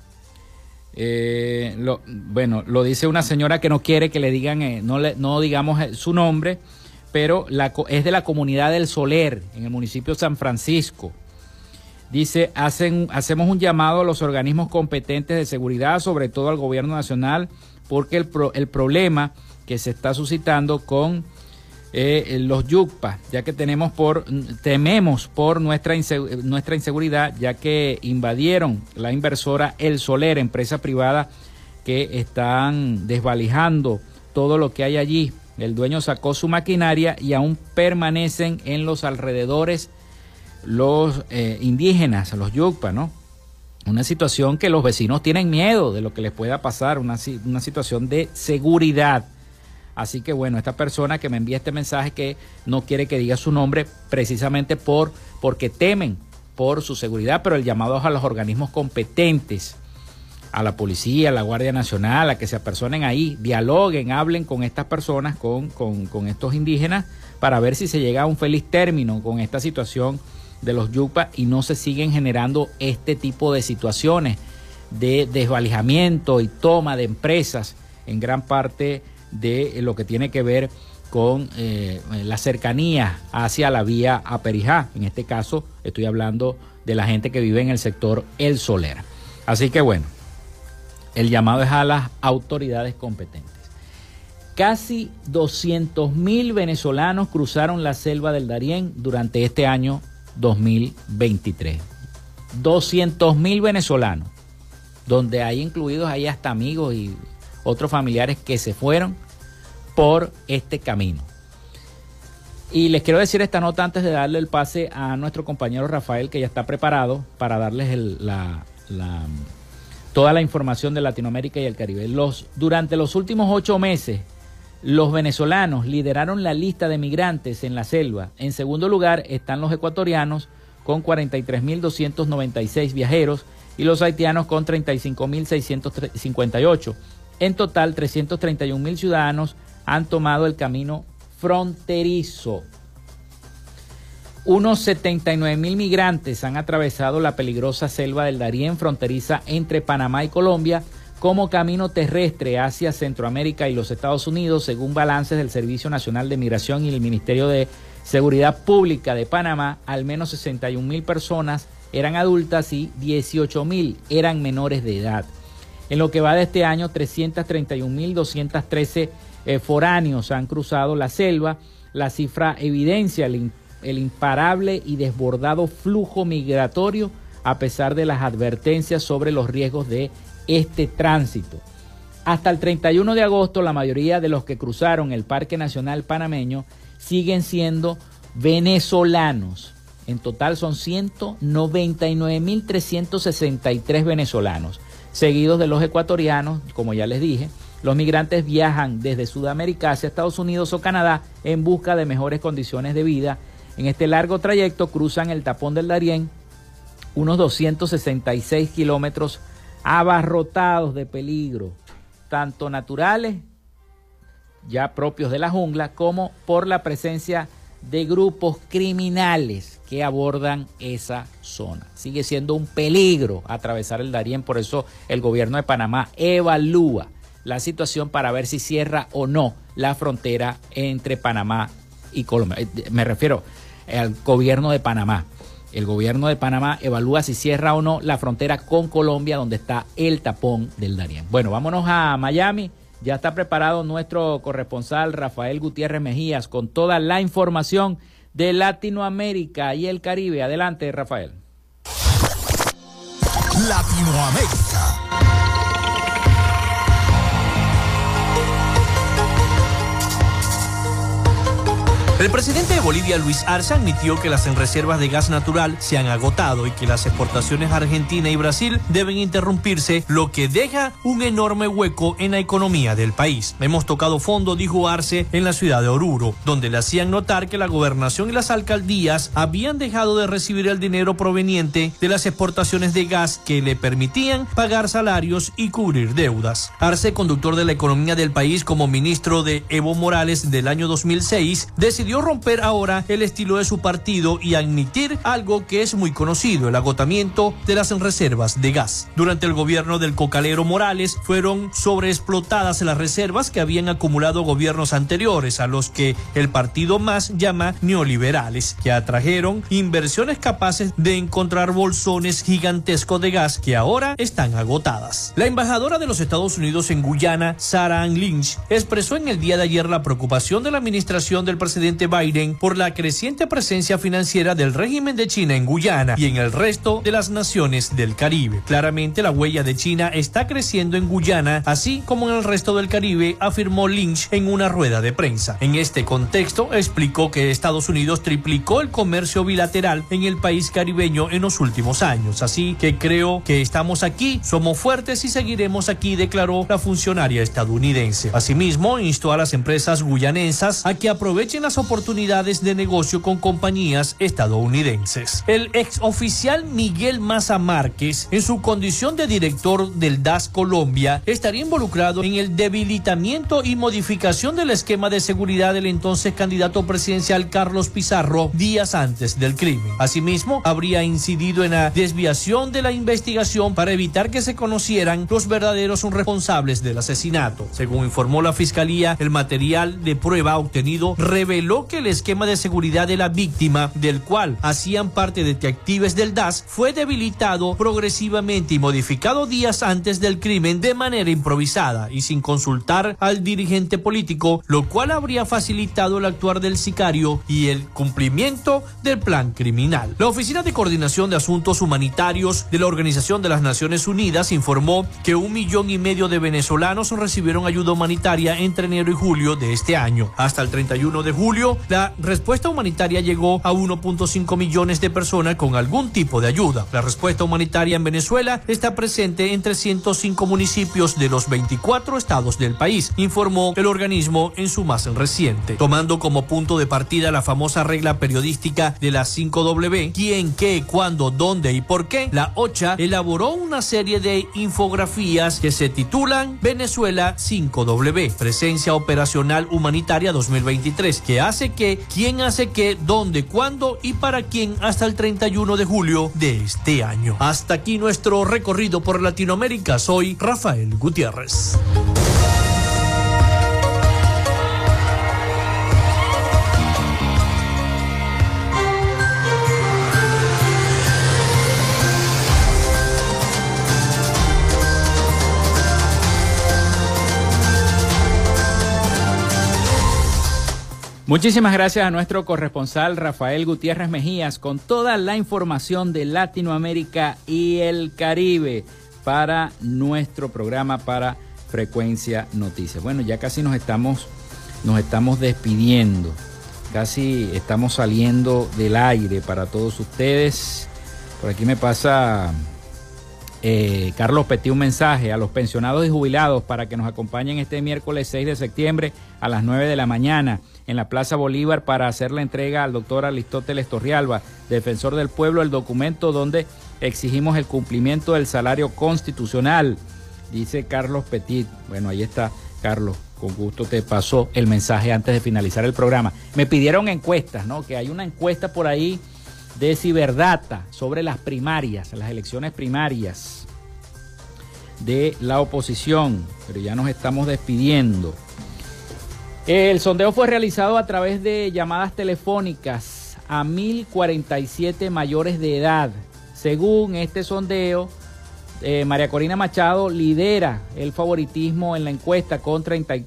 Lo dice una señora que no quiere que le digan, no digamos su nombre, pero es de la comunidad del Soler, en el municipio de San Francisco. Dice, hacemos un llamado a los organismos competentes de seguridad, sobre todo al gobierno nacional, porque el problema que se está suscitando con los yucpas, ya que tememos por nuestra inseguridad, ya que invadieron la inversora El Soler, empresa privada que están desvalijando todo lo que hay allí. El dueño sacó su maquinaria y aún permanecen en los alrededores los indígenas, los yucpas, ¿no? Una situación que los vecinos tienen miedo de lo que les pueda pasar, una situación de seguridad. Así que bueno, esta persona que me envía este mensaje que no quiere que diga su nombre precisamente porque temen por su seguridad, pero el llamado es a los organismos competentes, a la policía, a la Guardia Nacional, a que se apersonen ahí, dialoguen, hablen con estas personas, con estos indígenas, para ver si se llega a un feliz término con esta situación de los yucpas y no se siguen generando este tipo de situaciones de desvalijamiento y toma de empresas en gran parte de lo que tiene que ver con la cercanía hacia la vía a Perijá. En este caso estoy hablando de la gente que vive en el sector El Soler. Así que bueno, el llamado es a las autoridades competentes. Casi 200.000 venezolanos cruzaron la selva del Darién durante este año 2023. 200.000 venezolanos, donde hay incluidos ahí hasta amigos y otros familiares que se fueron por este camino. Y les quiero decir esta nota antes de darle el pase a nuestro compañero Rafael, que ya está preparado para darles toda la información de Latinoamérica y el Caribe. Durante los últimos 8 meses, los venezolanos lideraron la lista de migrantes en la selva. En segundo lugar están los ecuatorianos con 43.296 viajeros y los haitianos con 35.658. En total, 331.000 ciudadanos han tomado el camino fronterizo. Unos 79.000 migrantes han atravesado la peligrosa selva del Darién fronteriza entre Panamá y Colombia como camino terrestre hacia Centroamérica y los Estados Unidos, según balances del Servicio Nacional de Migración y el Ministerio de Seguridad Pública de Panamá. Al menos 61,000 personas eran adultas y 18,000 eran menores de edad. En lo que va de este año, 331,213 foráneos han cruzado la selva. La cifra evidencia el imparable y desbordado flujo migratorio, a pesar de las advertencias sobre los riesgos de este tránsito. Hasta el 31 de agosto, la mayoría de los que cruzaron el Parque Nacional Panameño siguen siendo venezolanos. En total son 199,363 venezolanos, seguidos de los ecuatorianos. Como ya les dije, los migrantes viajan desde Sudamérica hacia Estados Unidos o Canadá en busca de mejores condiciones de vida. En este largo trayecto cruzan el tapón del Darién, unos 266 kilómetros abarrotados de peligro, tanto naturales, ya propios de la jungla, como por la presencia de grupos criminales que abordan esa zona. Sigue siendo un peligro atravesar el Darién, por eso el gobierno de Panamá evalúa la situación para ver si cierra o no la frontera entre Panamá y Colombia. Me refiero al gobierno de Panamá. El gobierno de Panamá evalúa si cierra o no la frontera con Colombia, donde está el tapón del Darién. Bueno, vámonos a Miami. Ya está preparado nuestro corresponsal Rafael Gutiérrez Mejías con toda la información de Latinoamérica y el Caribe. Adelante, Rafael. Latinoamérica. El presidente de Bolivia, Luis Arce, admitió que las reservas de gas natural se han agotado y que las exportaciones a Argentina y Brasil deben interrumpirse, lo que deja un enorme hueco en la economía del país. Hemos tocado fondo, dijo Arce, en la ciudad de Oruro, donde le hacían notar que la gobernación y las alcaldías habían dejado de recibir el dinero proveniente de las exportaciones de gas que le permitían pagar salarios y cubrir deudas. Arce, conductor de la economía del país como ministro de Evo Morales del año 2006, decidió romper ahora el estilo de su partido y admitir algo que es muy conocido: el agotamiento de las reservas de gas. Durante el gobierno del cocalero Morales fueron sobreexplotadas las reservas que habían acumulado gobiernos anteriores, a los que el partido MAS llama neoliberales, que atrajeron inversiones capaces de encontrar bolsones gigantescos de gas que ahora están agotadas. La embajadora de los Estados Unidos en Guyana, Sarah Ann Lynch, expresó en el día de ayer la preocupación de la administración del presidente Biden por la creciente presencia financiera del régimen de China en Guyana y en el resto de las naciones del Caribe. Claramente la huella de China está creciendo en Guyana, así como en el resto del Caribe, afirmó Lynch en una rueda de prensa. En este contexto, explicó que Estados Unidos triplicó el comercio bilateral en el país caribeño en los últimos años. Así que creo que estamos aquí, somos fuertes y seguiremos aquí, declaró la funcionaria estadounidense. Asimismo, instó a las empresas guyanenses a que aprovechen las oportunidades de negocio con compañías estadounidenses. El exoficial Miguel Maza Márquez, en su condición de director del DAS Colombia, estaría involucrado en el debilitamiento y modificación del esquema de seguridad del entonces candidato presidencial Carlos Pizarro días antes del crimen. Asimismo, habría incidido en la desviación de la investigación para evitar que se conocieran los verdaderos responsables del asesinato. Según informó la Fiscalía, el material de prueba obtenido reveló que el esquema de seguridad de la víctima, del cual hacían parte detectives del DAS, fue debilitado progresivamente y modificado días antes del crimen de manera improvisada y sin consultar al dirigente político, lo cual habría facilitado el actuar del sicario y el cumplimiento del plan criminal. La Oficina de Coordinación de Asuntos Humanitarios de la Organización de las Naciones Unidas informó que 1,5 millones de venezolanos recibieron ayuda humanitaria entre enero y julio de este año. Hasta el 31 de julio, la respuesta humanitaria llegó a 1.5 millones de personas con algún tipo de ayuda. La respuesta humanitaria en Venezuela está presente en 305 municipios de los 24 estados del país, informó el organismo en su más reciente. Tomando como punto de partida la famosa regla periodística de las 5W, quién, qué, cuándo, dónde y por qué, la OCHA elaboró una serie de infografías que se titulan Venezuela 5W, Presencia Operacional Humanitaria 2023, que hace qué, quién hace qué, dónde, cuándo y para quién hasta el 31 de julio de este año. Hasta aquí nuestro recorrido por Latinoamérica. Soy Rafael Gutiérrez. Muchísimas gracias a nuestro corresponsal Rafael Gutiérrez Mejías con toda la información de Latinoamérica y el Caribe para nuestro programa para Frecuencia Noticias. Bueno, ya casi nos estamos despidiendo, casi estamos saliendo del aire para todos ustedes. Por aquí me pasa Carlos Petit un mensaje a los pensionados y jubilados para que nos acompañen este miércoles 6 de septiembre a las 9 de la mañana en la Plaza Bolívar para hacer la entrega al doctor Aristóteles Torrealba, defensor del pueblo, el documento donde exigimos el cumplimiento del salario constitucional, dice Carlos Petit. Bueno, ahí está, Carlos, con gusto te pasó el mensaje antes de finalizar el programa. Me pidieron encuestas, ¿no? Que hay una encuesta por ahí de Ciberdata sobre las primarias, las elecciones primarias de la oposición, pero ya nos estamos despidiendo. El sondeo fue realizado a través de llamadas telefónicas a 1.047 mayores de edad. Según este sondeo, María Corina Machado lidera el favoritismo en la encuesta con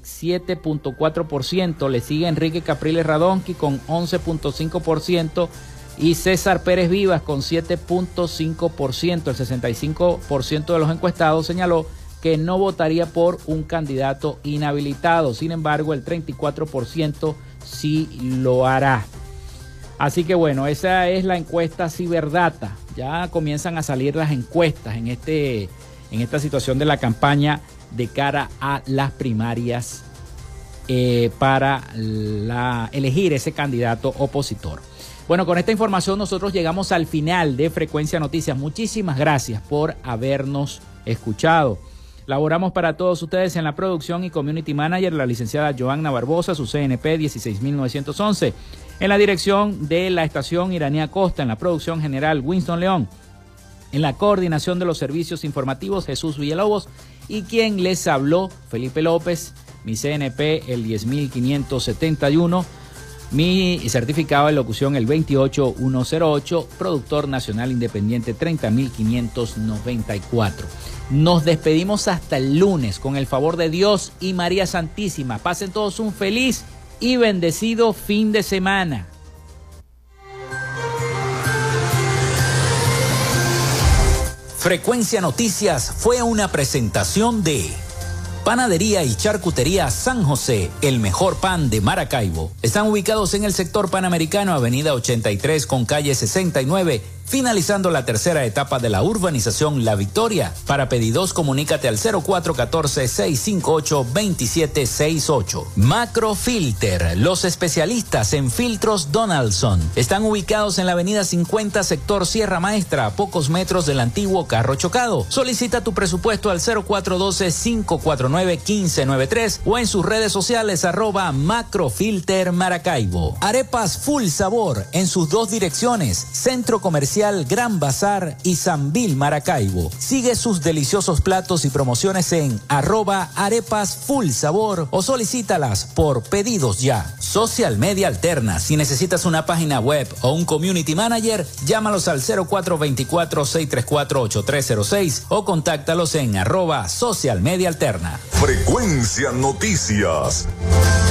37.4%, le sigue Enrique Capriles Radonqui con 11.5% y César Pérez Vivas con 7.5%. El 65% de los encuestados señaló que no votaría por un candidato inhabilitado. Sin embargo, el 34% sí lo hará. Así que bueno, esa es la encuesta Ciberdata. Ya comienzan a salir las encuestas en esta situación de la campaña de cara a las primarias para elegir ese candidato opositor. Bueno, con esta información nosotros llegamos al final de Frecuencia Noticias. Muchísimas gracias por habernos escuchado. Laboramos para todos ustedes en la producción y community manager, la licenciada Joanna Barbosa, su CNP 16911. En la dirección de la estación Iranía Costa, en la producción general Winston León. En la coordinación de los servicios informativos Jesús Villalobos. Y quien les habló, Felipe López, mi CNP el 10571. Mi certificado de locución el 28108, productor nacional independiente 30594. Nos despedimos hasta el lunes con el favor de Dios y María Santísima. Pasen todos un feliz y bendecido fin de semana. Frecuencia Noticias fue una presentación de Panadería y Charcutería San José, el mejor pan de Maracaibo. Están ubicados en el sector Panamericano, avenida 83 con calle 69, finalizando la tercera etapa de la urbanización La Victoria. Para pedidos, comunícate al 0414-658-2768. Macrofilter, los especialistas en filtros Donaldson. Están ubicados en la avenida 50, sector Sierra Maestra, a pocos metros del antiguo carro chocado. Solicita tu presupuesto al 0412-549-1593 o en sus redes sociales @Macrofilter Maracaibo. Arepas Full Sabor en sus dos direcciones, Centro Comercial Gran Bazar y Sambil Maracaibo. Sigue sus deliciosos platos y promociones en @Arepas Full Sabor o solicítalas por pedidos ya. Social Media Alterna. Si necesitas una página web o un community manager, llámalos al 0424-634-8306 o contáctalos en @Social Media Alterna. Frecuencia Noticias.